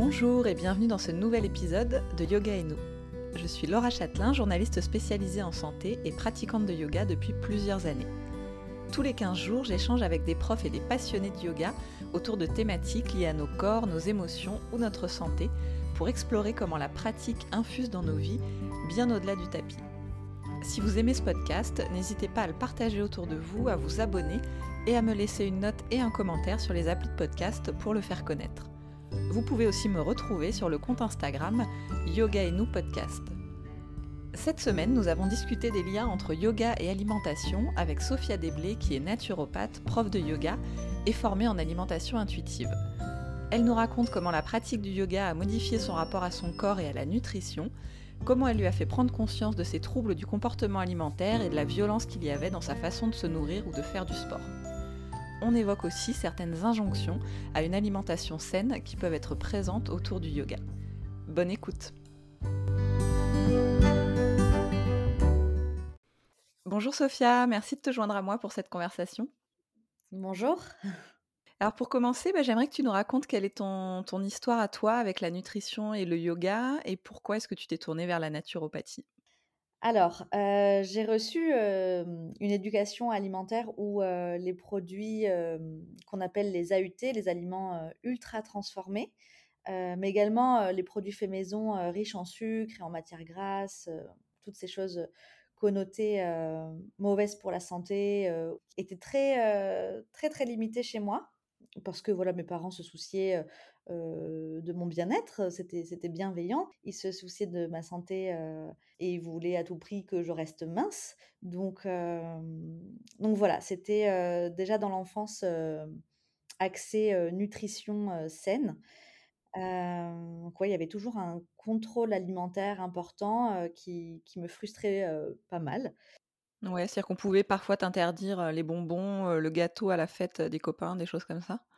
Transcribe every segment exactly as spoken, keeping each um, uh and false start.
Bonjour et bienvenue dans ce nouvel épisode de Yoga et nous. Je suis Laura Châtelain, journaliste spécialisée en santé et pratiquante de yoga depuis plusieurs années. Tous les quinze jours, j'échange avec des profs et des passionnés de yoga autour de thématiques liées à nos corps, nos émotions ou notre santé pour explorer comment la pratique infuse dans nos vies, bien au-delà du tapis. Si vous aimez ce podcast, n'hésitez pas à le partager autour de vous, à vous abonner et à me laisser une note et un commentaire sur les applis de podcast pour le faire connaître. Vous pouvez aussi me retrouver sur le compte Instagram Yoga et nous podcast. Cette semaine, nous avons discuté des liens entre yoga et alimentation avec Sophia Desblés qui est naturopathe, prof de yoga et formée en alimentation intuitive. Elle nous raconte comment la pratique du yoga a modifié son rapport à son corps et à la nutrition, comment elle lui a fait prendre conscience de ses troubles du comportement alimentaire et de la violence qu'il y avait dans sa façon de se nourrir ou de faire du sport. On évoque aussi certaines injonctions à une alimentation saine qui peuvent être présentes autour du yoga. Bonne écoute. Bonjour Sophia, merci de te joindre à moi pour cette conversation. Bonjour. Alors pour commencer, bah, j'aimerais que tu nous racontes quelle est ton, ton histoire à toi avec la nutrition et le yoga et pourquoi est-ce que tu t'es tournée vers la naturopathie. Alors, heu, j'ai reçu, hem, une éducation alimentaire où, heu, les produits, hem, qu'on appelle les A U T, les aliments, heu, ultra transformés, heu, mais également, heu, les produits faits maison, heu, riches en sucre et en matières grasses, heu, toutes ces choses, heu, connotées, heu, mauvaises pour la santé, heu, étaient très, heu, très, très limitées chez moi. Parce que voilà, mes parents se souciaient, heu heu, de mon bien-être, c'était c'était bienveillant. Ils se souciaient de ma santé, heu et ils voulaient à tout prix que je reste mince. Donc hem, donc voilà, c'était, heu, déjà dans l'enfance, hem, axé, heu, nutrition, heu, saine. Hem, donc ouais, il y avait toujours un contrôle alimentaire important, heu, qui qui me frustrait, heu, pas mal. Ouais, c'est-à-dire qu'on pouvait parfois t'interdire euh, les bonbons, euh, le gâteau à la fête euh, des copains, des choses comme ça.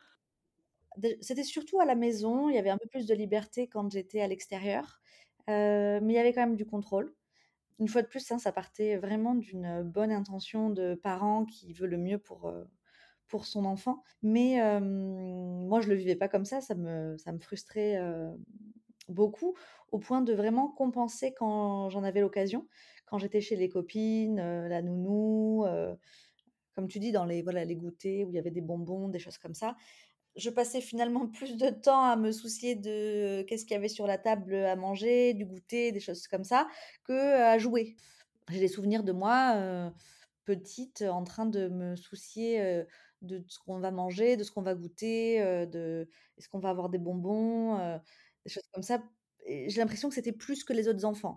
Dé C'était surtout à la maison, il y avait un peu plus de liberté quand j'étais à l'extérieur, heu, mais il y avait quand même du contrôle. Une fois de plus, hein, ça partait vraiment d'une bonne intention de parent qui veut le mieux pour, heu, pour son enfant. Mais hem, moi, je le vivais pas comme ça, ça me ça me frustrait, heu, beaucoup, au point de vraiment compenser quand j'en avais l'occasion. Quand j'étais chez les copines, heu, la nounou, heu, comme tu dis, dans les voilà, les goûters où il y avait des bonbons, des choses comme ça. Je passais finalement plus de temps à me soucier de qu'est-ce qu'il y avait sur la table à manger, du goûter, des choses comme ça, qu'à jouer. J'ai des souvenirs de moi, heu, petite, en train de me soucier, heu, de ce qu'on va manger, de ce qu'on va goûter, heu, de est-ce qu'on va avoir des bonbons, heu, des choses comme ça et j'ai l'impression que c'était plus que les autres enfants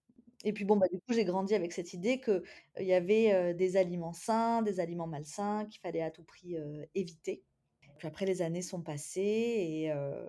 et puis bon, bah, du coup, j'ai grandi avec cette idée qu'il y avait, heu, des aliments sains, des aliments malsains qu'il fallait à tout prix, heu, éviter. Puis après les années sont passées et heu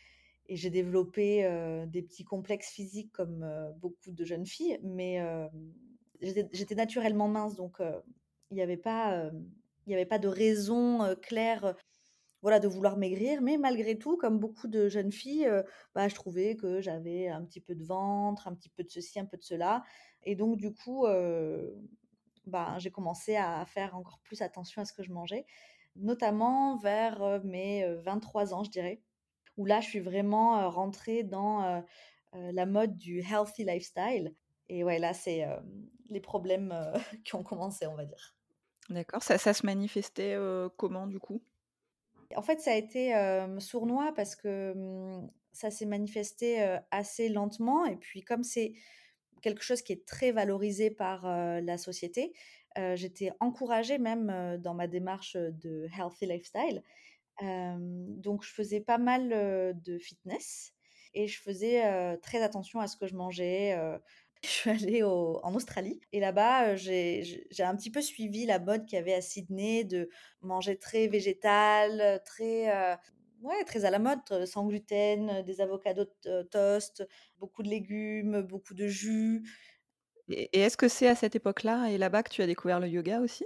et j'ai développé, heu, des petits complexes physiques comme, heu, beaucoup de jeunes filles, mais hem, j'étais j'étais naturellement mince donc heu, il y avait pas, hem, il y avait pas de raison, heu, claire, heu, voilà, de vouloir maigrir. Mais malgré tout, comme beaucoup de jeunes filles, heu, bah, je trouvais que j'avais un petit peu de ventre, un petit peu de ceci, un peu de cela et donc du coup, heu, bah, j'ai commencé à faire encore plus attention à ce que je mangeais, notamment vers, heu, mes, heu, vingt-trois ans, je dirais, où là, je suis vraiment, heu, rentrée dans, heu heu, la mode du healthy lifestyle et ouais, là, c'est, hem, les problèmes, heu, qui ont commencé, on va dire. D'accord, ça, ça se manifestait euh, comment du coup? En fait, ça a été, hem, sournois parce que, mmh, ça s'est manifesté, heu, assez lentement et puis comme c'est quelque chose qui est très valorisé par, heu, la société, heu, j'étais encouragée même, heu, dans ma démarche, heu, de healthy lifestyle. Hem, donc je faisais pas mal, heu, de fitness et je faisais, heu, très attention à ce que je mangeais, heu. Je suis allée au en Australie et là-bas, heu, j'ai j'ai j'ai un petit peu suivi la mode qu'il y avait à Sydney de manger très végétal, heu, très, heu, ouais, très à la mode, heu, sans gluten, heu, des avocados to toast, beaucoup de légumes, beaucoup de jus. Et, et est-ce que c'est à cette époque-là et là-bas que tu as découvert le yoga aussi?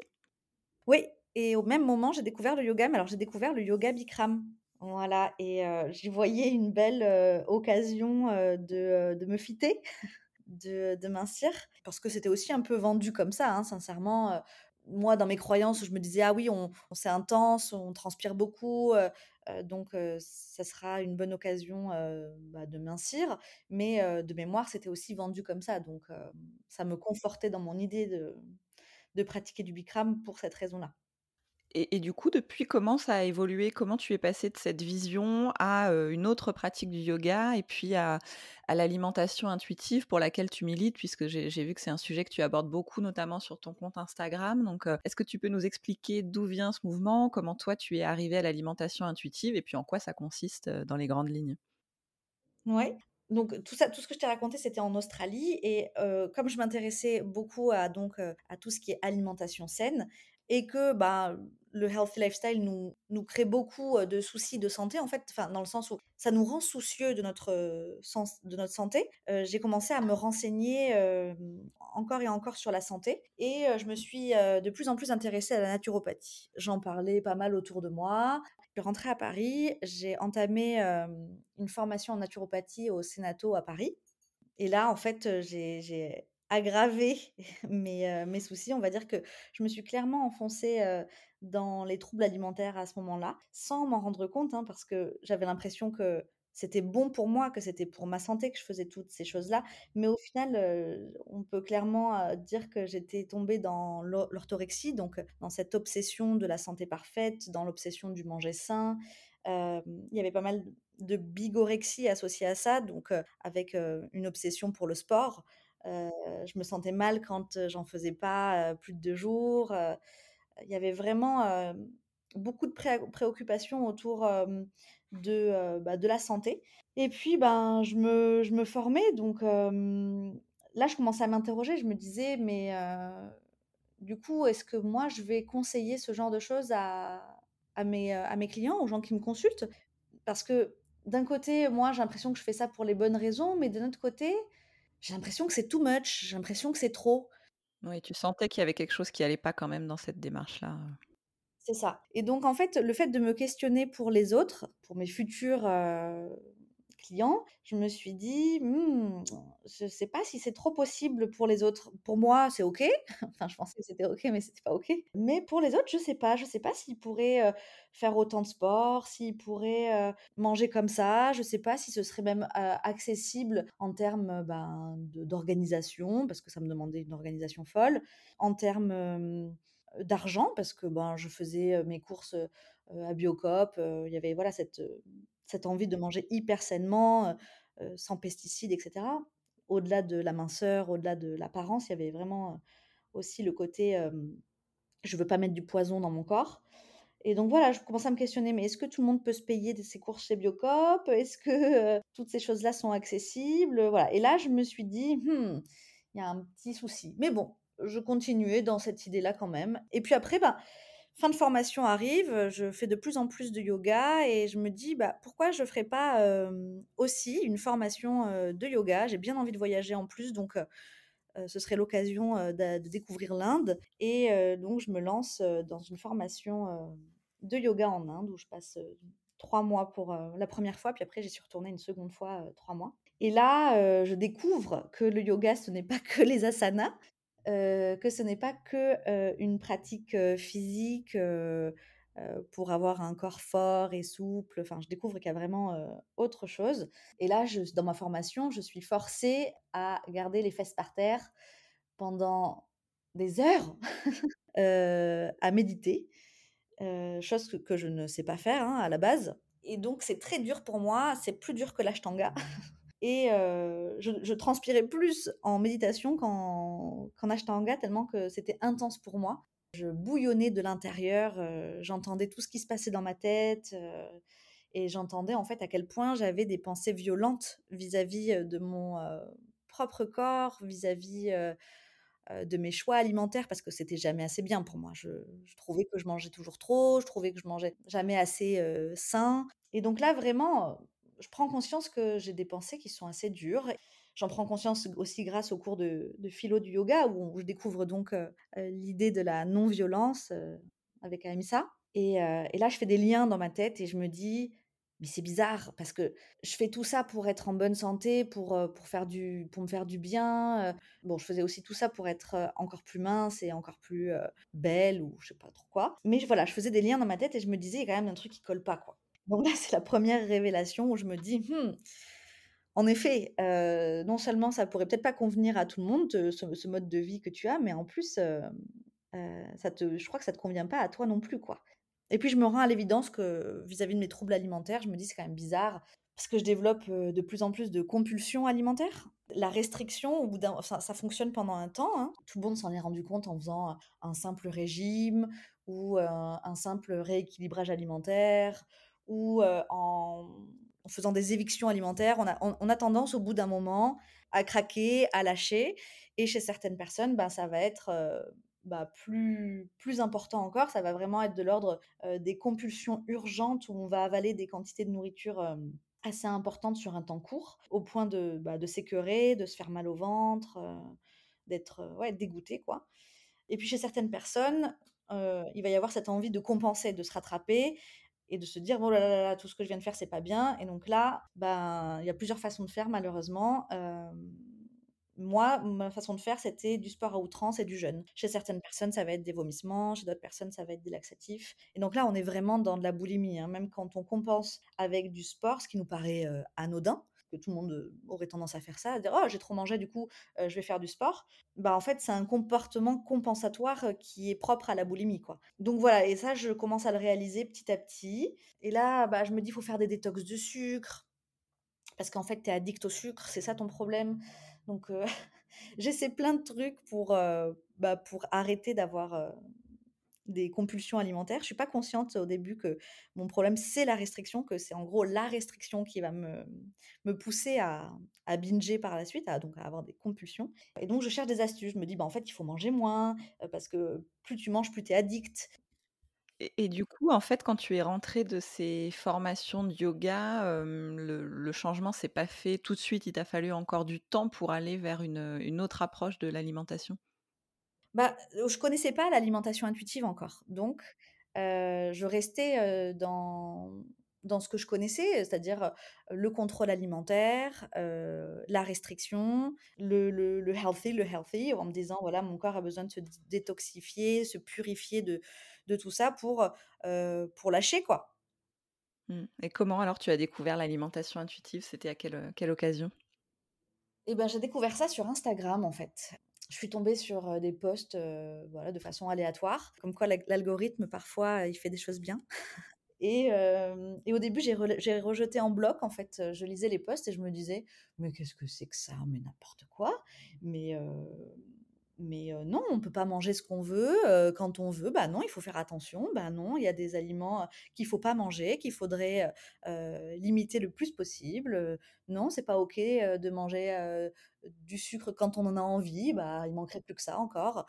Oui et au même moment, j'ai découvert le yoga, mais alors j'ai découvert le yoga Bikram. Voilà et heu, j'y voyais une belle, heu, occasion, heu, de, heu, de me fitter, de de mincir parce que c'était aussi un peu vendu comme ça, hein, sincèrement, heu. moi, dans mes croyances, je me disais: «Ah oui, on on c'est intense, on transpire beaucoup, heu heu, donc heu, ça sera une bonne occasion, heu, bah, de mincir». Mais heu, de mémoire, c'était aussi vendu comme ça, donc hem, ça me confortait dans mon idée de de pratiquer du Bikram pour cette raison-là. Et et du coup, depuis, comment ça a évolué? Comment tu es passée de cette vision à, heu, une autre pratique du yoga et puis à à l'alimentation intuitive pour laquelle tu milites? Puisque j'ai j'ai vu que c'est un sujet que tu abordes beaucoup, notamment sur ton compte Instagram. Donc, heu, est-ce que tu peux nous expliquer d'où vient ce mouvement? Comment toi, tu es arrivée à l'alimentation intuitive et puis en quoi ça consiste, heu, dans les grandes lignes? Ouais. Donc tout ça tout ce que je t'ai raconté, c'était en Australie et heu, comme je m'intéressais beaucoup à donc heu, à tout ce qui est alimentation saine et que, bah, le healthy lifestyle nous nous crée beaucoup, heu, de soucis de santé en fait, enfin dans le sens où ça nous rend soucieux de notre, heu, sens de notre santé. Heu, j'ai commencé à me renseigner, hem, encore et encore sur la santé et heu, je me suis, heu, de plus en plus intéressée à la naturopathie. J'en parlais pas mal autour de moi. Je suis rentrée à Paris, j'ai entamé, hem, une formation en naturopathie au Sénato à Paris et là, en fait, heu, j'ai j'ai aggravé mes, heu, mes soucis. On va dire que je me suis clairement enfoncée, heu, dans les troubles alimentaires à ce moment-là, sans m'en rendre compte, hein, parce que j'avais l'impression que c'était bon pour moi, que c'était pour ma santé que je faisais toutes ces choses-là. Mais au final, heu, on peut clairement, heu, dire que j'étais tombée dans l'o l'orthorexie, donc heu, dans cette obsession de la santé parfaite, dans l'obsession du manger sain. Hem, il y avait pas mal de bigorexie associée à ça, donc heu, avec, heu, une obsession pour le sport. Heu, je me sentais mal quand, heu, j'en faisais pas, heu, plus de deux jours, heu, il y avait vraiment, hem, beaucoup de préa préoccupations autour, hem, de, heu, bah, de la santé et puis, ben, je me je me formais donc hem, là, je commençais à m'interroger. Je me disais: «Mais heu, du coup, est-ce que moi, je vais conseiller ce genre de choses à à mes, heu, à mes clients, aux gens qui me consultent?» Parce que d'un côté, moi, j'ai l'impression que je fais ça pour les bonnes raisons, mais d'un autre côté, j'ai l'impression que c'est too much, j'ai l'impression que c'est trop. Oui, tu sentais qu'il y avait quelque chose qui allait pas quand même dans cette démarche-là, heu? C'est ça. Et donc en fait, le fait de me questionner pour les autres, pour mes futurs, heu, clients, je me suis dit: «Mmh, je sais pas si c'est trop possible pour les autres. Pour moi, c'est OK». Enfin, je pensais que c'était OK, mais c'était pas OK. Mais pour les autres, je sais pas. Je sais pas s'ils pourraient, heu, faire autant de sport, s'ils pourraient, heu, manger comme ça. Je sais pas si ce serait même, heu, accessible en termes, heu, ben, de d'organisation, parce que ça me demandait une organisation folle, en termes, hem, d'argent parce que, ben, je faisais, heu, mes courses, heu heu, à Biocoop, heu, il y avait voilà cette, heu, cette envie de manger hyper sainement, heu heu, sans pesticides et cetera. Au-delà de la minceur, au-delà de l'apparence, il y avait vraiment, heu, aussi le côté, hem, je veux pas mettre du poison dans mon corps et donc voilà, je commençais à me questionner: «Mais est-ce que tout le monde peut se payer de ses courses chez Biocoop? Est-ce que, heu, toutes ces choses-là sont accessibles?» Voilà et là, je me suis dit: «Mmh, il y a un petit souci». Mais bon, je continuais dans cette idée-là quand même et puis après, ben, fin de formation arrive, heu, je fais de plus en plus de yoga et je me dis: «Bah, pourquoi je ferais pas, hem, aussi une formation, heu, de yoga?» J'ai bien envie de voyager en plus donc heu heu, ce serait l'occasion, heu, d'a de découvrir l'Inde et heu, donc je me lance, heu, dans une formation, heu, de yoga en Inde où je passe, heu, trois mois pour, heu, la première fois, puis après j'y suis retournée une seconde fois, heu, trois mois et là, heu, je découvre que le yoga, ce n'est pas que les asanas, heu, que ce n'est pas que, heu, une pratique, heu, physique, heu heu, pour avoir un corps fort et souple. Enfin, je découvre qu'il y a vraiment, heu, autre chose et là, je dans ma formation, je suis forcée à garder les fesses par terre pendant des heures, heu, à méditer, heu, chose que que je ne sais pas faire, hein, à la base et donc c'est très dur pour moi, c'est plus dur que l'ashtanga et heu, je je transpirais plus en méditation qu'en qu'en ashtanga tellement que c'était intense pour moi. Je bouillonnais de l'intérieur, heu, j'entendais tout ce qui se passait dans ma tête, heu et j'entendais en fait à quel point j'avais des pensées violentes vis-à-vis, heu, de mon, heu, propre corps, vis-à-vis, heu heu, de mes choix alimentaires parce que c'était jamais assez bien pour moi. Je je trouvais que je mangeais toujours trop, je trouvais que je mangeais jamais assez, heu, sain et donc là vraiment, heu, je prends conscience que j'ai des pensées qui sont assez dures. J'en prends conscience aussi grâce au cours de de philo du yoga où je découvre donc, heu heu, l'idée de la non-violence, heu, avec Ahimsa et heu et là je fais des liens dans ma tête et je me dis: mais c'est bizarre parce que je fais tout ça pour être en bonne santé, pour, heu, pour faire du pour me faire du bien, heu. Bon, je faisais aussi tout ça pour être, heu, encore plus mince et encore plus, heu, belle ou je sais pas trop quoi. Mais j voilà, je faisais des liens dans ma tête et je me disais: «Il y a quand même un truc qui colle pas, quoi». Donc là, c'est la première révélation où je me dis: «Mmh, en effet, heu, non seulement ça pourrait peut-être pas convenir à tout le monde, heu, ce ce mode de vie que tu as, mais en plus, hem, heu, ça te je crois que ça te convient pas à toi non plus, quoi». Et puis je me rends à l'évidence que vis-à-vis de mes troubles alimentaires, je me dis: «C'est quand même bizarre», parce que je développe, heu, de plus en plus de compulsions alimentaires. La restriction au bout d'un enfin ça fonctionne pendant un temps, hein. Tout le monde s'en est rendu compte en faisant, heu, un simple régime ou, heu, un simple rééquilibrage alimentaire ou, heu, en en faisant des évictions alimentaires. On a on on a tendance au bout d'un moment à craquer, à lâcher et chez certaines personnes, ben, ça va être, heu, bah, plus plus important encore. Ça va vraiment être de l'ordre, heu, des compulsions urgentes où on va avaler des quantités de nourriture, hem, assez importantes sur un temps court, au point de, bah, de s'écœurer, de se faire mal au ventre, heu, d'être, heu, ouais, dégoûté, quoi. Et puis chez certaines personnes, heu, il va y avoir cette envie de compenser, de se rattraper et de se dire: «Oh là là là là, tout ce que je viens de faire, c'est pas bien» et donc là, ben, il y a plusieurs façons de faire malheureusement. Hem, moi, ma façon de faire, c'était du sport à outrance et du jeûne. Chez certaines personnes, ça va être des vomissements, chez d'autres personnes, ça va être des laxatifs et donc là, on est vraiment dans de la boulimie, hein. Même quand on compense avec du sport, ce qui nous paraît, heu, anodin, que tout le monde, heu, aurait tendance à faire ça, à dire: «Oh, j'ai trop mangé, du coup, heu, je vais faire du sport». Bah, en fait, c'est un comportement compensatoire, heu, qui est propre à la boulimie, quoi. Donc voilà et ça, je commence à le réaliser petit à petit et là, bah, je me dis: «Il faut faire des détox de sucre parce qu'en fait, tu es addict au sucre, c'est ça ton problème». Donc heu, j'essaie plein de trucs pour, heu, bah, pour arrêter d'avoir, heu, des compulsions alimentaires. Je suis pas consciente au début que mon problème, c'est la restriction, que c'est en gros la restriction qui va me me pousser à à binger par la suite, à donc à avoir des compulsions et donc je cherche des astuces. Je me dis: «Bah, en fait, il faut manger moins, heu, parce que plus tu manges, plus tu es addict». Et et du coup, en fait, quand tu es rentrée de ces formations de yoga, hem, le le changement s'est pas fait tout de suite, il t'a fallu encore du temps pour aller vers une, une autre approche de l'alimentation? Bah, heu, je connaissais pas l'alimentation intuitive encore, donc heu, je restais, heu, dans dans ce que je connaissais, c'est-à-dire, heu, le contrôle alimentaire, heu, la restriction, le le le healthy, le healthy, en me disant: «Voilà, mon corps a besoin de se d détoxifier, se purifier de de tout ça pour, heu, pour lâcher, quoi». Mmh, et comment alors tu as découvert l'alimentation intuitive? C'était à quelle, heu, quelle occasion? Et ben, j'ai découvert ça sur Instagram, en fait. Je suis tombée sur, heu, des posts, heu, voilà, de façon aléatoire, comme quoi l'ag l'algorithme parfois, il fait des choses bien. Et hem et au début, j'ai rel j'ai rejeté en bloc, en fait, heu, je lisais les posts et je me disais: «Mais qu'est-ce que c'est que ça? Mais n'importe quoi! Mais heu mais heu, non, on peut pas manger ce qu'on veut, heu, quand on veut. Bah non, il faut faire attention. Bah non, il y a des aliments, heu, qu'il faut pas manger, qu'il faudrait, heu heu, limiter le plus possible. Heu, non, c'est pas OK, heu, de manger, heu, du sucre quand on en a envie. Bah, il manquerait plus que ça encore».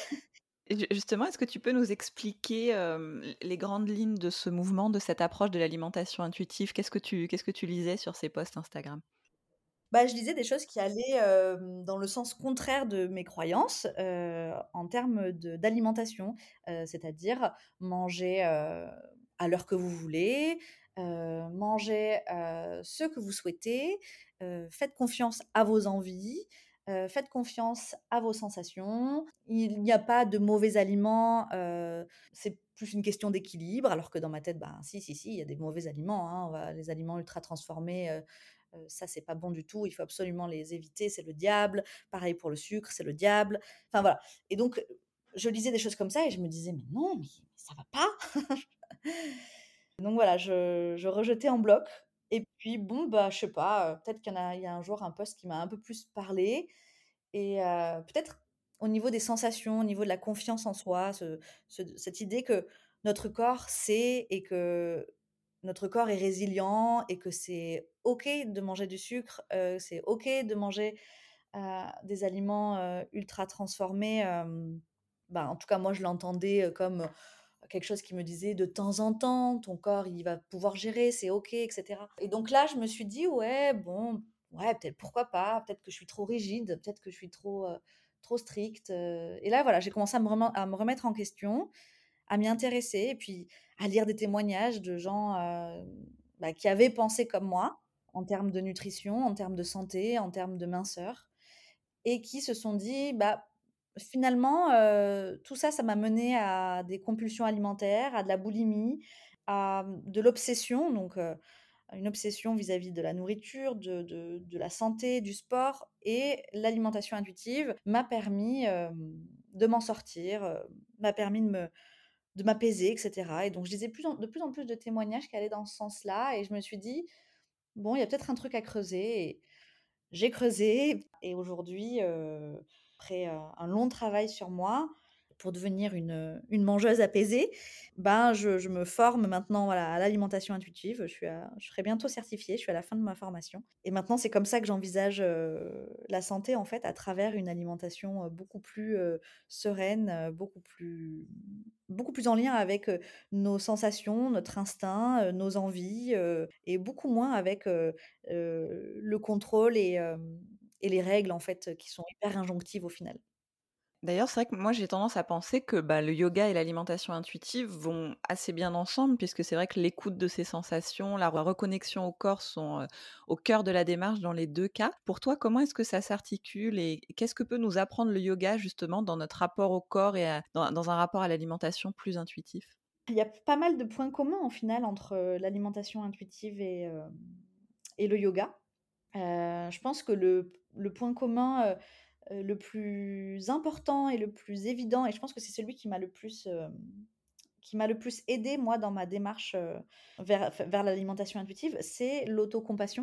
Et ju justement, est-ce que tu peux nous expliquer, hem, l les grandes lignes de ce mouvement, de cette approche de l'alimentation intuitive? Qu'est-ce que tu qu'est-ce que tu lisais sur ces posts Instagram? Bah, je lisais des choses qui allaient, hem, dans le sens contraire de mes croyances, heu, en termes de d'alimentation. Heu, c'est-à-dire manger, heu, à l'heure que vous voulez, heu, manger, heu, ce que vous souhaitez, heu, faites confiance à vos envies, heu, faites confiance à vos sensations. Il n'y a pas de mauvais aliments, heu, c'est plus une question d'équilibre. Alors que dans ma tête, ben, si, si, si, il y a des mauvais aliments, hein. On va les aliments ultra transformés, heu Heu, ça, c'est pas bon du tout, il faut absolument les éviter, c'est le diable. Pareil pour le sucre, c'est le diable. Enfin voilà et donc, heu, je lisais des choses comme ça et je me disais: «Mais non, mais ça va pas!» Donc voilà, je je rejetais en bloc et puis bon, bah, je sais pas, heu, peut-être qu'il y en a il y a un jour un post qui m'a un peu plus parlé et heu, peut-être au niveau des sensations, au niveau de la confiance en soi, ce ce cette idée que notre corps sait et que notre corps est résilient et que c'est OK de manger du sucre, heu, c'est OK de manger, heu, des aliments, heu, ultra transformés, hem, bah, en tout cas moi je l'entendais, heu, comme, quelque chose qui me disait: «De temps en temps, ton corps il va pouvoir gérer, c'est OK» et cetera et donc là je me suis dit: «Ouais, bon, ouais, peut-être pourquoi pas? Peut-être que je suis trop rigide, peut-être que je suis trop, heu, trop stricte», heu et là voilà, j'ai commencé à me remen à me remettre en question, à m'y intéresser et puis à lire des témoignages de gens, heu, bah, qui avaient pensé comme moi, en termes de nutrition, en termes de santé, en termes de minceur et qui se sont dit: «Bah, finalement, heu, tout ça, ça m'a mené à des compulsions alimentaires, à de la boulimie, à, mmh, de l'obsession», donc heu, une obsession vis-à-vis de la nourriture, de de de la santé, du sport et l'alimentation intuitive m'a permis, hem, de m'en sortir, heu, m'a permis de me de m'apaiser et cetera et donc je lisais plus en de plus en plus de témoignages qui allaient dans ce sens-là et je me suis dit: «Bon, il y a peut-être un truc à creuser» et j'ai creusé et aujourd'hui, heu, après, heu, un long travail sur moi pour devenir une, heu, une mangeuse apaisée, ben, je je me forme maintenant, voilà, à l'alimentation intuitive. Je suis à je serai bientôt certifiée, je suis à la fin de ma formation et maintenant c'est comme ça que j'envisage, heu, la santé, en fait, à travers une alimentation, heu, beaucoup plus, heu, sereine, heu, beaucoup plus beaucoup plus en lien avec, heu, nos sensations, notre instinct, heu, nos envies, heu et beaucoup moins avec, heu heu, le contrôle et hem et les règles, en fait, qui sont hyper injonctives au final. D'ailleurs, c'est vrai que moi j'ai tendance à penser que, bah, le yoga et l'alimentation intuitive vont assez bien ensemble puisque c'est vrai que l'écoute de ses sensations, la re reconnexion au corps sont, heu, au cœur de la démarche dans les deux cas. Pour toi, comment est-ce que ça s'articule et qu'est-ce que peut nous apprendre le yoga justement dans notre rapport au corps et à dans dans un rapport à l'alimentation plus intuitif? Il y a pas mal de points communs, au final, entre, heu, l'alimentation intuitive et hem et le yoga. Heu, je pense que le le point commun, heu heu, le plus important et le plus évident et je pense que c'est celui qui m'a le plus, hem, qui m'a le plus aidée, moi, dans ma démarche, heu, vers enfin, vers l'alimentation intuitive, c'est l'autocompassion.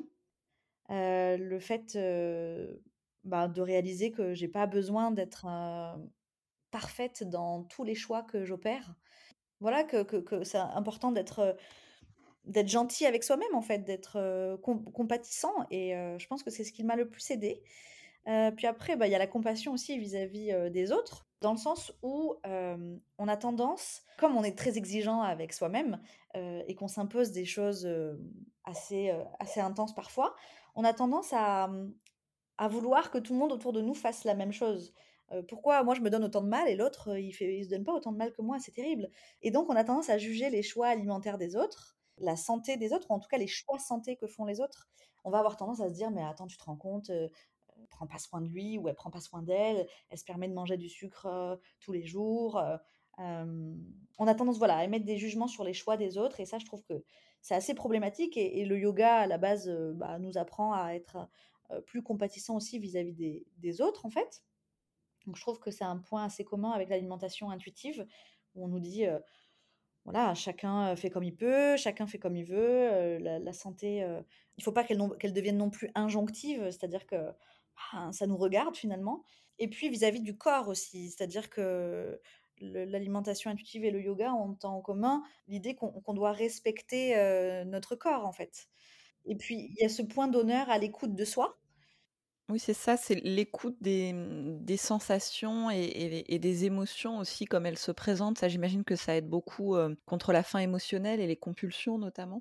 Heu, le fait, heu, bah, de réaliser que j'ai pas besoin d'être, heu, parfaite dans tous les choix que j'opère. Voilà, que que que c'est important d'être, heu, d'être gentil avec soi-même, en fait, d'être, heu, com compatissant et heu, je pense que c'est ce qui m'a le plus aidée. Heu, puis après, bah, il y a la compassion aussi vis-à-vis, heu, des autres, dans le sens où, hem, on a tendance, comme on est très exigeant avec soi-même, heu, et qu'on s'impose des choses, hem, assez, heu, assez intenses parfois, on a tendance à, mmh, à vouloir que tout le monde autour de nous fasse la même chose. Heu, pourquoi moi je me donne autant de mal et l'autre, heu, il fait il se donne pas autant de mal que moi? C'est terrible et donc on a tendance à juger les choix alimentaires des autres, la santé des autres ou en tout cas les choix santé que font les autres. On va avoir tendance à se dire: «Mais attends, tu te rends compte, heu, elle prend pas soin de lui ou elle prend pas soin d'elle, elle se permet de manger du sucre, heu, tous les jours», heu, hem, on a tendance, voilà, à émettre des jugements sur les choix des autres et ça je trouve que c'est assez problématique et et le yoga à la base, heu, bah, nous apprend à être, heu, plus compatissant aussi vis-à-vis des des autres, en fait. Donc je trouve que c'est un point assez commun avec l'alimentation intuitive, où on nous dit, heu, voilà, chacun, heu, fait comme il peut, chacun fait comme il veut, heu, la la santé, heu, il faut pas qu'elle non qu'elle devienne non plus injonctive, c'est-à-dire que, ben, ça nous regarde finalement. Et puis vis-à-vis du corps aussi, c'est-à-dire que le l'alimentation intuitive et le yoga ont en commun l'idée qu'on qu'on doit respecter, heu, notre corps, en fait. Et puis il y a ce point d'honneur à l'écoute de soi. Oui, c'est ça, c'est l'écoute des, mmh, des sensations et et et des émotions aussi comme elles se présentent. Ça, j'imagine que ça aide beaucoup, heu, contre la faim émotionnelle et les compulsions notamment?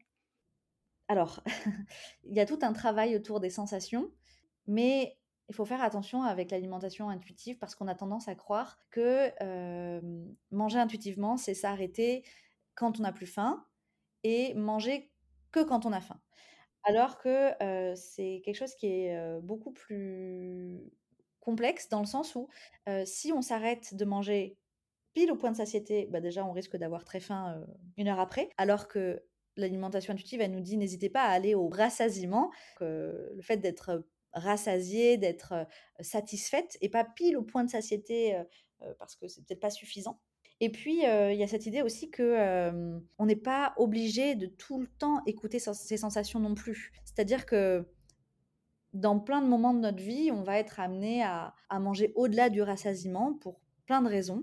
Alors, il y a tout un travail autour des sensations, mais il faut faire attention avec l'alimentation intuitive parce qu'on a tendance à croire que, hem, manger intuitivement, c'est s'arrêter quand on n'a plus faim et manger que quand on a faim. Alors que, heu, c'est quelque chose qui est, heu, beaucoup plus complexe dans le sens où, heu, si on s'arrête de manger pile au point de satiété, bah, déjà on risque d'avoir très faim, heu, une heure après. Alors que l'alimentation intuitive, elle nous dit: «N'hésitez pas à aller au rassasiement», que le fait d'être, heu, rassasiée, d'être, heu, satisfaite et pas pile au point de satiété, heu heu, parce que c'est peut-être pas suffisant. Et puis, heu, il y a cette idée aussi que, hem, on n'est pas obligé de tout le temps écouter sens ses sensations non plus. C'est-à-dire que dans plein de moments de notre vie, on va être amené à à manger au-delà du rassasiement pour plein de raisons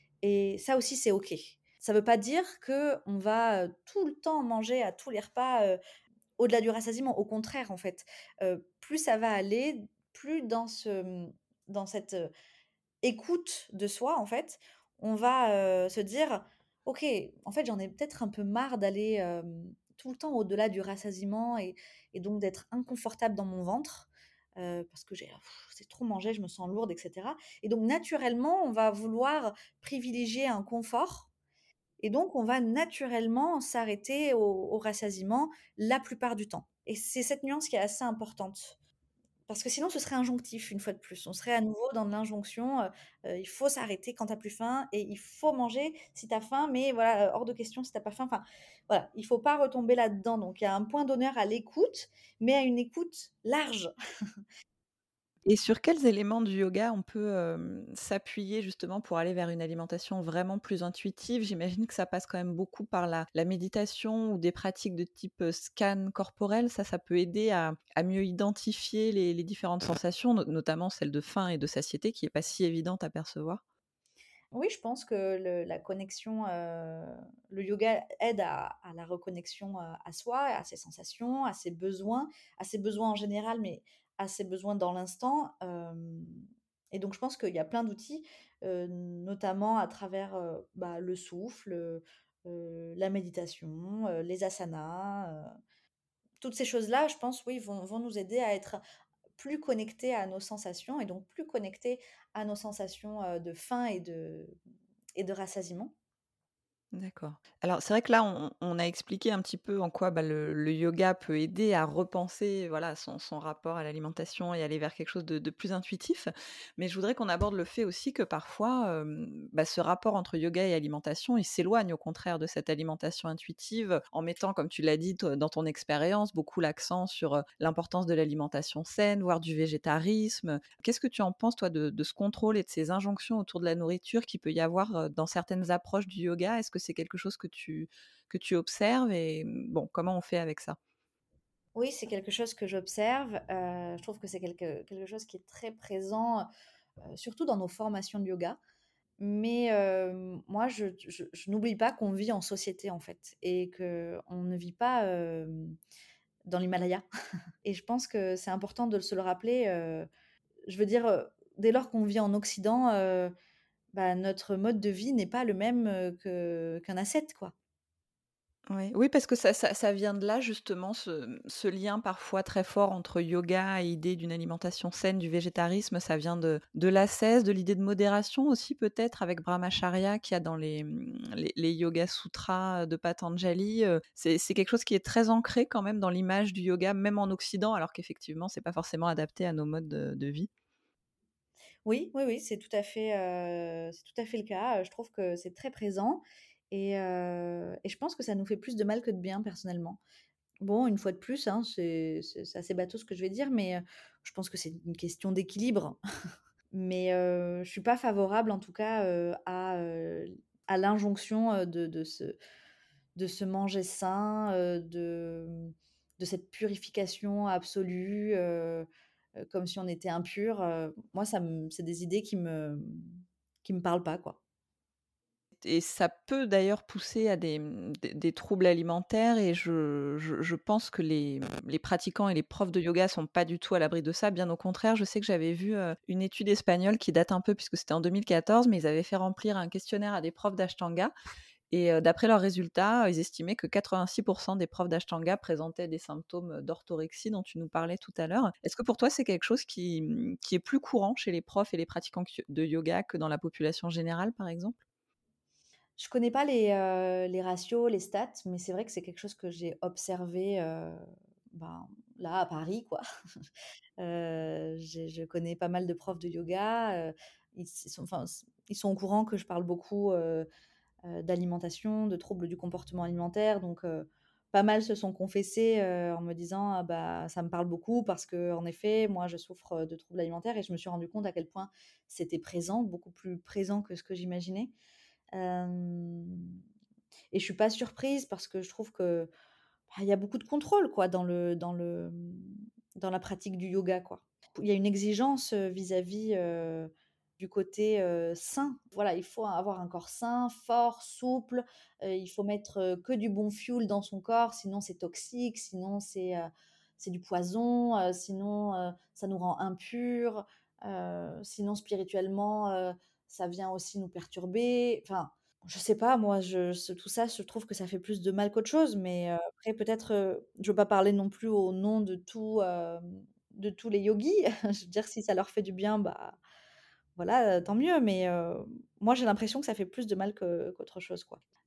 et ça aussi, c'est OK. Ça veut pas dire qu'on va, heu, tout le temps manger à tous les repas, heu, au-delà du rassasiement. Au contraire, en fait, heu, plus ça va aller, plus dans ce, mmh, dans cette, heu, écoute de soi, en fait, on va, heu, se dire: «OK, en fait, j'en ai peut-être un peu marre d'aller, hem, tout le temps au-delà du rassasiement et et donc d'être inconfortable dans mon ventre, heu, parce que j'ai c'est trop mangé, je me sens lourde et cetera» et donc naturellement, on va vouloir privilégier un confort et donc on va naturellement s'arrêter au au rassasiement la plupart du temps et c'est cette nuance qui est assez importante. Parce que sinon ce serait injonctif une fois de plus. On serait à nouveau dans de l'injonction, heu heu, il faut s'arrêter quand tu as plus faim et il faut manger si tu as faim, mais voilà, heu, hors de question si tu as pas faim. Enfin, voilà, il faut pas retomber là-dedans. Donc il y a un point d'honneur à l'écoute, mais à une écoute large. Et sur quels éléments du yoga on peut, hem, s'appuyer justement pour aller vers une alimentation vraiment plus intuitive? J'imagine que ça passe quand même beaucoup par la la méditation ou des pratiques de type, heu, scan corporel. Ça, ça peut aider à à mieux identifier les les différentes sensations, no notamment celle de faim et de satiété qui est pas si évidente à percevoir? Oui, je pense que le la connexion, heu, le yoga aide à à la reconnexion, heu, à soi, à ses sensations, à ses besoins, à ses besoins en général, mais à ses besoins dans l'instant, hem et donc je pense qu'il y a plein d'outils, heu, notamment à travers, heu, bah, le souffle, heu heu, la méditation, heu, les asanas, heu, toutes ces choses-là, je pense, oui, vont vont nous aider à être plus connectés à nos sensations et donc plus connectés à nos sensations, heu, de faim et de et de rassasiement. D'accord. Alors c'est vrai que là, on on a expliqué un petit peu en quoi, bah, le le yoga peut aider à repenser, voilà, son son rapport à l'alimentation et aller vers quelque chose de de plus intuitif. Mais je voudrais qu'on aborde le fait aussi que parfois, hem, bah, ce rapport entre yoga et alimentation, il s'éloigne au contraire de cette alimentation intuitive, en mettant, comme tu l'as dit toi dans ton expérience, beaucoup l'accent sur, heu, l'importance de l'alimentation saine, voire du végétarisme. Qu'est-ce que tu en penses toi de de ce contrôle et de ces injonctions autour de la nourriture qu'il peut y avoir, heu, dans certaines approches du yoga? Est-ce que c'est quelque chose que tu que tu observes et mmh, bon, comment on fait avec ça? Oui, c'est quelque chose que j'observe, heu, je trouve que c'est quelque quelque chose qui est très présent, heu, surtout dans nos formations de yoga. Mais, hem, moi je je je n'oublie pas qu'on vit en société, en fait et qu'on ne vit pas, hem, dans l'Himalaya et je pense que c'est important de se le rappeler, heu, je veux dire, heu, dès lors qu'on vit en Occident, heu, bah, notre mode de vie n'est pas le même, heu, que qu'un ascète, quoi. Ouais. Oui, parce que ça ça ça vient de là justement ce, mmh, ce lien parfois très fort entre yoga et idée d'une alimentation saine, du végétarisme. Ça vient de de l'ascèse, de l'idée de modération aussi peut-être avec Brahmacharya qu'il y a dans les, mmh, les les Yoga Sutras de Patanjali, heu, c'est c'est quelque chose qui est très ancré quand même dans l'image du yoga, même en Occident, alors qu'effectivement c'est pas forcément adapté à nos modes de de vie. Oui, oui, oui, c'est tout à fait, heu, c'est tout à fait le cas, heu, je trouve que c'est très présent et heu et je pense que ça nous fait plus de mal que de bien personnellement. Bon, une fois de plus, hein, c'est c'est c'est assez bateau ce que je vais dire, mais heu, je pense que c'est une question d'équilibre. Mais heu, je suis pas favorable en tout cas, heu, à, heu, à l'injonction, heu, de de se de se manger sain, heu, de, mmh, de cette purification absolue, heu heu, comme si on était impur, heu, moi ça me c'est des idées qui me qui me parlent pas, quoi. Et ça peut d'ailleurs pousser à des, mmh, des des troubles alimentaires et je je je pense que les, mmh, les pratiquants et les profs de yoga sont pas du tout à l'abri de ça. Bien au contraire, je sais que j'avais vu, heu, une étude espagnole qui date un peu puisque c'était en deux mille quatorze, mais ils avaient fait remplir un questionnaire à des profs d'ashtanga et heu, d'après leurs résultats, ils estimaient que quatre-vingt-six des profs d'ashtanga présentaient des symptômes d'orthorexie dont tu nous parlais tout à l'heure. Est-ce que pour toi, c'est quelque chose qui, mmh, qui est plus courant chez les profs et les pratiquants q de yoga que dans la population générale, par exemple? Je connais pas les, heu, les ratios, les stats, mais c'est vrai que c'est quelque chose que j'ai observé, heu, ben, là, à Paris, quoi. Heu, j'ai je connais pas mal de profs de yoga, heu, ils s ils sont enfin, s ils sont au courant que je parle beaucoup, heu heu, d'alimentation, de troubles du comportement alimentaire, donc heu, pas mal se sont confessés, heu, en me disant: «Ah bah, ça me parle beaucoup parce que en effet, moi, je souffre, de troubles alimentaires» et je me suis rendu compte à quel point c'était présent, beaucoup plus présent que ce que j'imaginais. Hem et je suis pas surprise parce que je trouve que, bah, il y a beaucoup de contrôle quoi dans le dans le, mmh, dans la pratique du yoga, quoi. Il y a une exigence, heu, vis-à-vis, heu, du côté, heu, sain. Voilà, il faut avoir un corps sain, fort, souple, heu, il faut mettre, heu, que du bon fuel dans son corps, sinon c'est toxique, sinon c'est, heu, c'est du poison, heu, sinon, heu, ça nous rend impurs, heu, sinon spirituellement, heu, ça vient aussi nous perturber. Enfin, je sais pas moi, je ce tout ça, je trouve que ça fait plus de mal qu'autre chose, mais heu, après peut-être, heu, je veux pas parler non plus au nom de tout, hem, de tous les yogis. Je veux dire si ça leur fait du bien, bah, voilà, heu, tant mieux, mais heu, moi j'ai l'impression que ça fait plus de mal que qu'autre chose, quoi.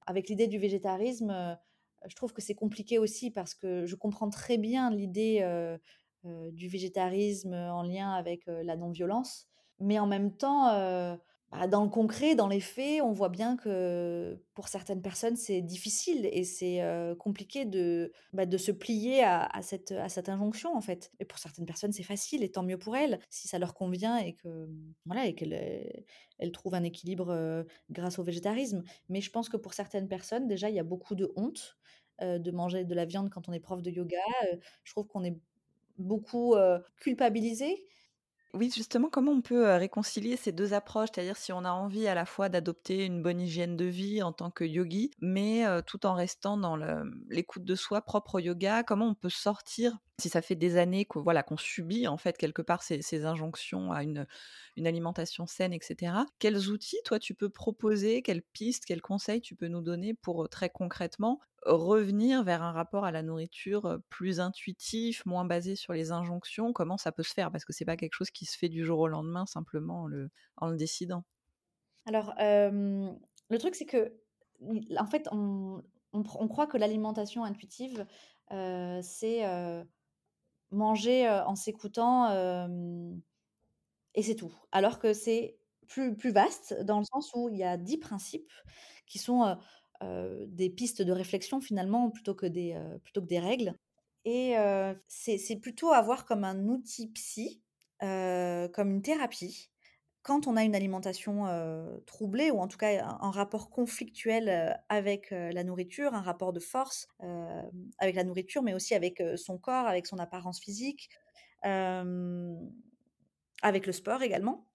avec l'idée du végétarisme, heu, je trouve que c'est compliqué aussi parce que je comprends très bien l'idée, heu heu, du végétarisme, en lien avec, heu, la non-violence. Mais en même temps, heu, bah, dans le concret, dans les faits, on voit bien que pour certaines personnes, c'est difficile et c'est, heu, compliqué de, bah, de se plier à à cette, à cette injonction, en fait. Et pour certaines personnes, c'est facile et tant mieux pour elles, si ça leur convient et que, mmh, voilà et qu'elles, heu, elles trouvent un équilibre, heu, grâce au végétarisme. Mais je pense que pour certaines personnes, déjà, il y a beaucoup de honte, heu, de manger de la viande quand on est prof de yoga. Heu, je trouve qu'on est beaucoup, heu, culpabilisés. Oui, justement, comment on peut, heu, réconcilier ces deux approches? C'est-à-dire si on a envie à la fois d'adopter une bonne hygiène de vie en tant que yogi, mais heu, tout en restant dans le mmh, l'écoute de soi propre au yoga, comment on peut sortir, si ça fait des années qu'on voilà, qu'on subit en fait quelque part ces ces injonctions à une, une alimentation saine et cetera. Quels outils toi tu peux proposer? Quelles pistes, quels conseils tu peux nous donner pour, heu, très concrètement, revenir vers un rapport à la nourriture, heu, plus intuitif, moins basé sur les injonctions? Comment ça peut se faire? Parce que c'est pas quelque chose qui se fait du jour au lendemain simplement en le en le décidant. Alors, hem, le truc, c'est que, mmh, en fait, on on pr on croit que l'alimentation intuitive, heu, c'est, heu, manger, heu, en s'écoutant, hem et c'est tout. Alors que c'est plus plus vaste dans le sens où il y a dix principes qui sont, heu heu, des pistes de réflexion finalement plutôt que des, heu, plutôt que des règles et heu, c'est c'est plutôt à voir comme un outil psy, heu, comme une thérapie. Quand on a une alimentation, heu, troublée ou en tout cas un un rapport conflictuel, heu, avec, heu, la nourriture, un rapport de force, hem, avec la nourriture, mais aussi avec, heu, son corps, avec son apparence physique, hem, avec le sport également.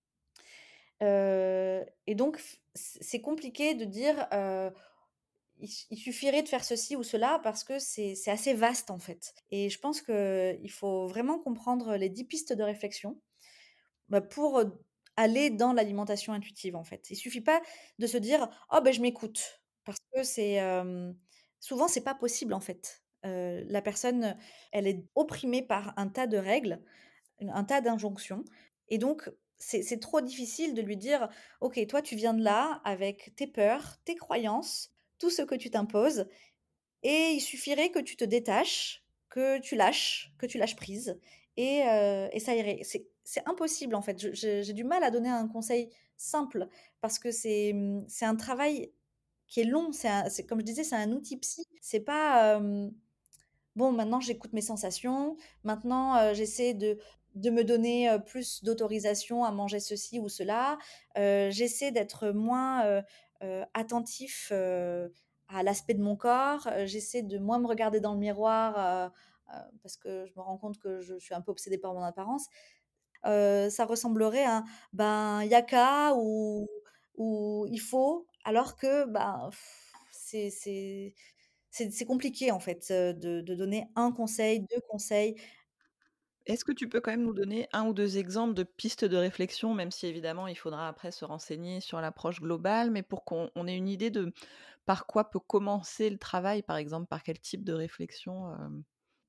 Heu et donc f c c'est compliqué de dire, heu, il s il suffirait de faire ceci ou cela parce que c'est c'est assez vaste, en fait et je pense qu'il faut vraiment comprendre les dix pistes de réflexion, bah, pour, heu, aller dans l'alimentation intuitive, en fait. Il suffit pas de se dire: «Oh beh, je m'écoute» parce que c'est, hem, souvent c'est pas possible, en fait. Heu, la personne, elle est opprimée par un tas de règles, une un tas d'injonctions et donc c'est c'est trop difficile de lui dire: «OK, toi tu viens de là avec tes peurs, tes croyances, tout ce que tu t'imposes et il suffirait que tu te détaches, que tu lâches, que tu lâches prise et heu et ça irait». C'est c'est impossible, en fait. Je je j'ai du mal à donner un conseil simple parce que c'est, mmh, c'est un travail qui est long. C'est un c'est comme je disais, c'est un outil psy. C'est pas, hem bon, maintenant j'écoute mes sensations, maintenant, heu, j'essaie de de me donner, heu, plus d'autorisation à manger ceci ou cela. Heu, j'essaie d'être moins, heu heu, attentif, heu, à l'aspect de mon corps. Heu, j'essaie de moins me regarder dans le miroir, heu heu, parce que je me rends compte que je suis un peu obsédée par mon apparence. Heu, ça ressemblerait à, ben, «y a qu'à» ou ou «il faut», alors que, ben, c'est c'est c'est c'est compliqué en fait, heu, de de donner un conseil, deux conseils. Est-ce que tu peux quand même nous donner un ou deux exemples de pistes de réflexion, même si évidemment il faudra après se renseigner sur l'approche globale, mais pour qu'on on ait une idée de par quoi peut commencer le travail, par exemple, par quel type de réflexion, hem?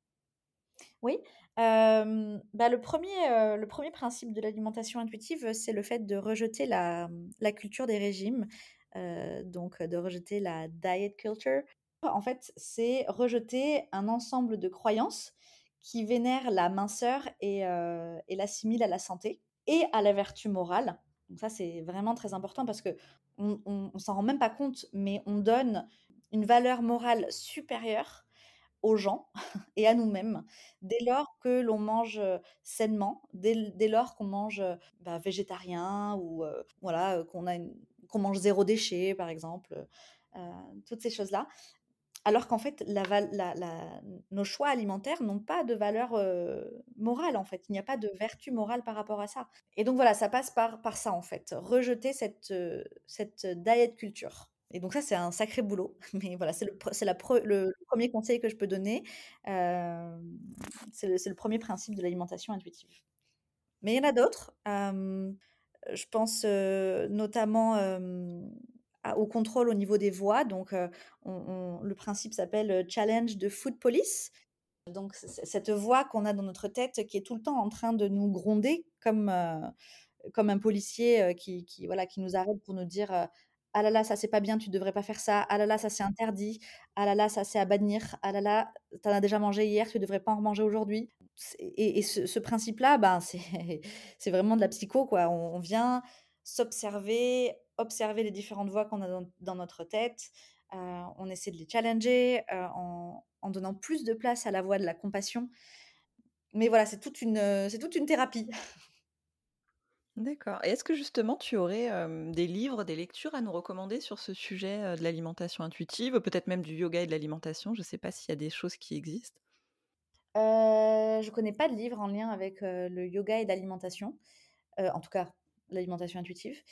Oui, hem, bah, le premier er le premier principe de l'alimentation intuitive, c'est le fait de rejeter la, mmh, la culture des régimes, heu, donc heu, de rejeter la diet culture. En fait, c'est rejeter un ensemble de croyances qui vénèrent la minceur et heu et l'assimilent à la santé et à la vertu morale. Donc ça, c'est vraiment très important parce qu'on on on s'en rend même pas compte, mais on donne une valeur morale supérieure aux gens et à nous-mêmes, dès lors que l'on mange, heu, sainement, dès l dès lors qu'on mange, heu, bah, végétarien ou, heu, voilà, heu, qu'on a une qu'on mange zéro déchet par exemple, heu toutes ces choses-là. Alors qu'en fait la val la la nos choix alimentaires n'ont pas de valeur, heu, morale en fait. Il n'y a pas de vertu morale par rapport à ça et donc voilà, ça passe par par ça en fait, rejeter cette, heu, cette diet culture et donc ça, c'est un sacré boulot, mais voilà, c'est le pre c'est la pre le premier conseil que je peux donner, hem, c'est le c'est le premier principe de l'alimentation intuitive. Mais il y en a d'autres, hem, je pense, heu, notamment, hem, à au contrôle au niveau des voix donc heu, on on le principe s'appelle, heu, challenge de food police. Donc c c cette voix qu'on a dans notre tête qui est tout le temps en train de nous gronder comme, heu, comme un policier, heu, qui qui voilà, qui nous arrête pour nous dire, heu «Ah là là, ça c'est pas bien, tu devrais pas faire ça. Ah là là, ça c'est interdit. Ah là là, ça c'est à bannir. Ah là là, tu en as déjà mangé hier, tu devrais pas en remanger aujourd'hui». C'est et et ce ce principe-là, ben, c'est c'est vraiment de la psycho, quoi. On on vient s'observer, observer les différentes voix qu'on a dans dans notre tête, heu, on essaie de les challenger, heu, en en donnant plus de place à la voix de la compassion. Mais voilà, c'est toute une, heu, c'est toute une thérapie. D'accord et est-ce que justement tu aurais, hem, des livres, des lectures à nous recommander sur ce sujet, heu, de l'alimentation intuitive? Peut-être même du yoga et de l'alimentation? Je ne sais pas s'il y a des choses qui existent? Heu, je connais pas de livre en lien avec, heu, le yoga et l'alimentation, heu, en tout cas l'alimentation intuitive.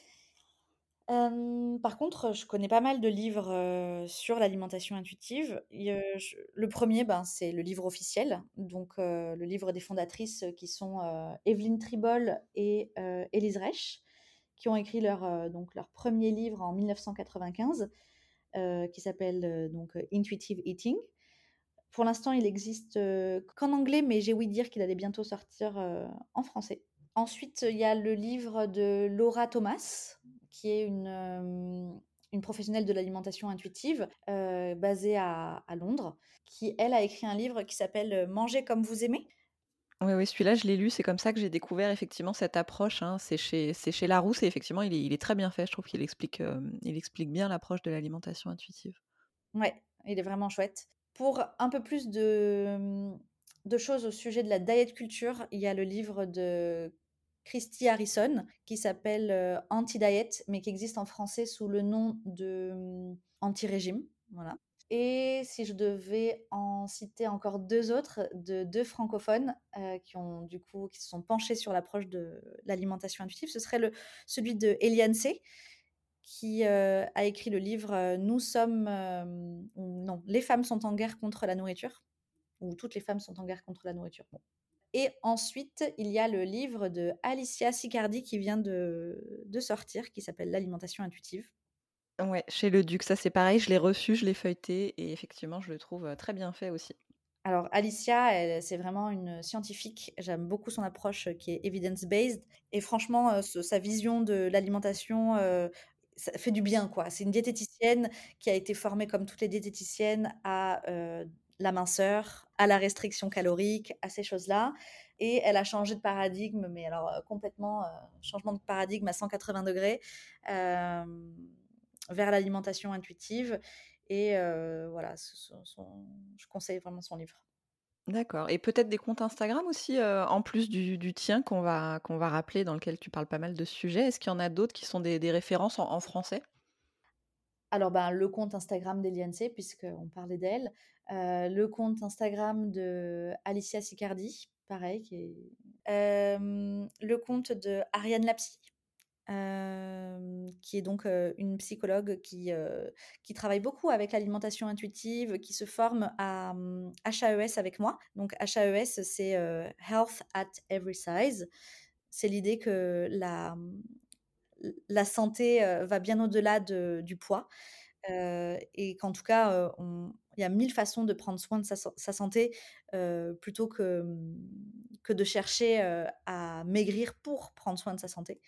Hem, par contre, je connais pas mal de livres, heu, sur l'alimentation intuitive. Il y a je le premier, ben, c'est le livre officiel, donc heu, le livre des fondatrices, heu, qui sont, heu, Evelyn Tribole et heu, Élise Reich, qui ont écrit leur, heu, donc leur premier livre en mille neuf cent quatre-vingt-quinze, heu, qui s'appelle, heu, donc heu, Intuitive Eating. Pour l'instant, il existe, heu, qu'en anglais, mais j'ai ouï dire qu'il allait bientôt sortir, heu, en français. Ensuite, il y a le livre de Laura Thomas, qui est une, hem, une professionnelle de l'alimentation intuitive, heu, basée à à Londres, qui elle a écrit un livre qui s'appelle, heu, «Manger comme vous aimez». Oui, oui, celui-là, je l'ai lu, c'est comme ça que j'ai découvert effectivement cette approche, hein. C'est chez c'est chez Larousse et effectivement, il est il est très bien fait. Je trouve qu'il explique, hem, il explique bien l'approche de l'alimentation intuitive. Ouais, il est vraiment chouette. Pour un peu plus de, mmh, de choses au sujet de la diet culture, il y a le livre de Christy Harrison qui s'appelle, heu, Anti-Diet, mais qui existe en français sous le nom de, mmh, Anti-régime, voilà. Et si je devais en citer encore deux autres, de deux francophones, heu, qui ont du coup qui se sont penchés sur l'approche de l'alimentation intuitive, ce serait le celui de Eliane C, qui, heu, a écrit le livre, heu, «Nous sommes», hem, ou non, «Les femmes sont en guerre contre la nourriture», ou «Toutes les femmes sont en guerre contre la nourriture». Bon. Et ensuite, il y a le livre de Alicia Sicardi qui vient de de sortir, qui s'appelle «L'alimentation intuitive». Ouais, chez Le Duc, ça c'est pareil, je l'ai reçu, je l'ai feuilleté et effectivement, je le trouve, heu, très bien fait aussi. Alors Alicia, elle, c'est vraiment une scientifique. J'aime beaucoup son approche, heu, qui est evidence-based et franchement, heu, ce sa vision de l'alimentation, heu, ça fait du bien, quoi. C'est une diététicienne qui a été formée comme toutes les diététiciennes à, heu, la minceur, à la restriction calorique, à ces choses-là et elle a changé de paradigme, mais alors, heu, complètement, heu, changement de paradigme à cent quatre-vingts degrés, hem, vers l'alimentation intuitive et heu, voilà, ce son son je conseille vraiment son livre. D'accord et peut-être des comptes Instagram aussi, heu, en plus du du tien qu'on va qu'on va rappeler, dans lequel tu parles pas mal de sujets. Est-ce qu'il y en a d'autres qui sont des des références en en français? Alors, ben, le compte Instagram d'Eliane C, puisqu'on parlait d'elle, heu, le compte Instagram de Alicia Sicardi, pareil, qui est hem, le compte de Ariane Lapsy, hem, qui est donc, heu, une psychologue qui, heu, qui travaille beaucoup avec l'alimentation intuitive, qui se forme à, mmh, H A E S avec moi. Donc H A E S, c'est, heu, Health at Every Size. C'est l'idée que la, mmh, la santé, heu, va bien au-delà de du poids. Heu et qu'en tout cas, heu, on il y a mille façons de prendre soin de sa san sa santé, heu, plutôt que, mmh, que de chercher, heu, à maigrir pour prendre soin de sa santé.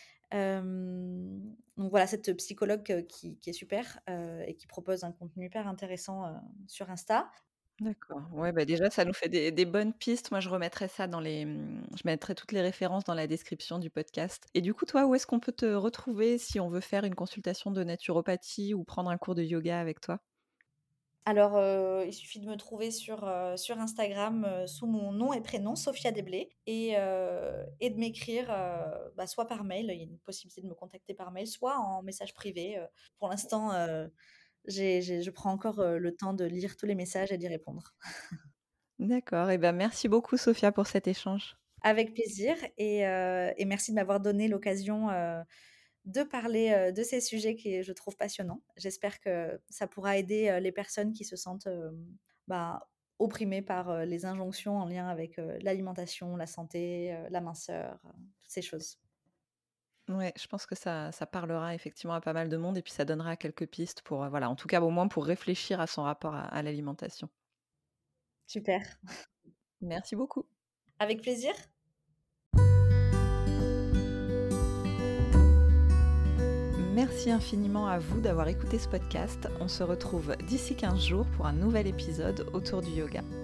Hem, donc voilà, cette psychologue, heu, qui qui est super, heu et qui propose un contenu hyper intéressant, heu, sur Insta. D'accord. Ouais, bah, déjà, ça nous fait des des bonnes pistes. Moi, je remettrai ça dans les, mmh, je mettrai toutes les références dans la description du podcast et du coup, toi, où est-ce qu'on peut te retrouver si on veut faire une consultation de naturopathie ou prendre un cours de yoga avec toi? Alors, heu, il suffit de me trouver sur, heu, sur Instagram, heu, sous mon nom et prénom, Sophia Desblés et heu et de m'écrire, heu, bah, soit par mail, il y a une possibilité de me contacter par mail, soit en message privé, heu. Pour l'instant, heu, j'ai j'ai je prends encore, heu, le temps de lire tous les messages et d'y répondre. D'accord et ben, merci beaucoup Sophia pour cet échange. Avec plaisir et heu et merci de m'avoir donné l'occasion, heu, de parler, heu, de ces sujets qui je trouve passionnants. J'espère que ça pourra aider, heu, les personnes qui se sentent, hem, bah, opprimées par, heu, les injonctions en lien avec, heu, l'alimentation, la santé, heu, la minceur, heu, toutes ces choses. Ouais, je pense que ça ça parlera effectivement à pas mal de monde et puis ça donnera quelques pistes pour, heu, voilà, en tout cas, au moins pour réfléchir à son rapport à à l'alimentation. Super. Merci beaucoup. Avec plaisir. Merci. Merci infiniment à vous d'avoir écouté ce podcast. On se retrouve d'ici quinze jours pour un nouvel épisode autour du yoga.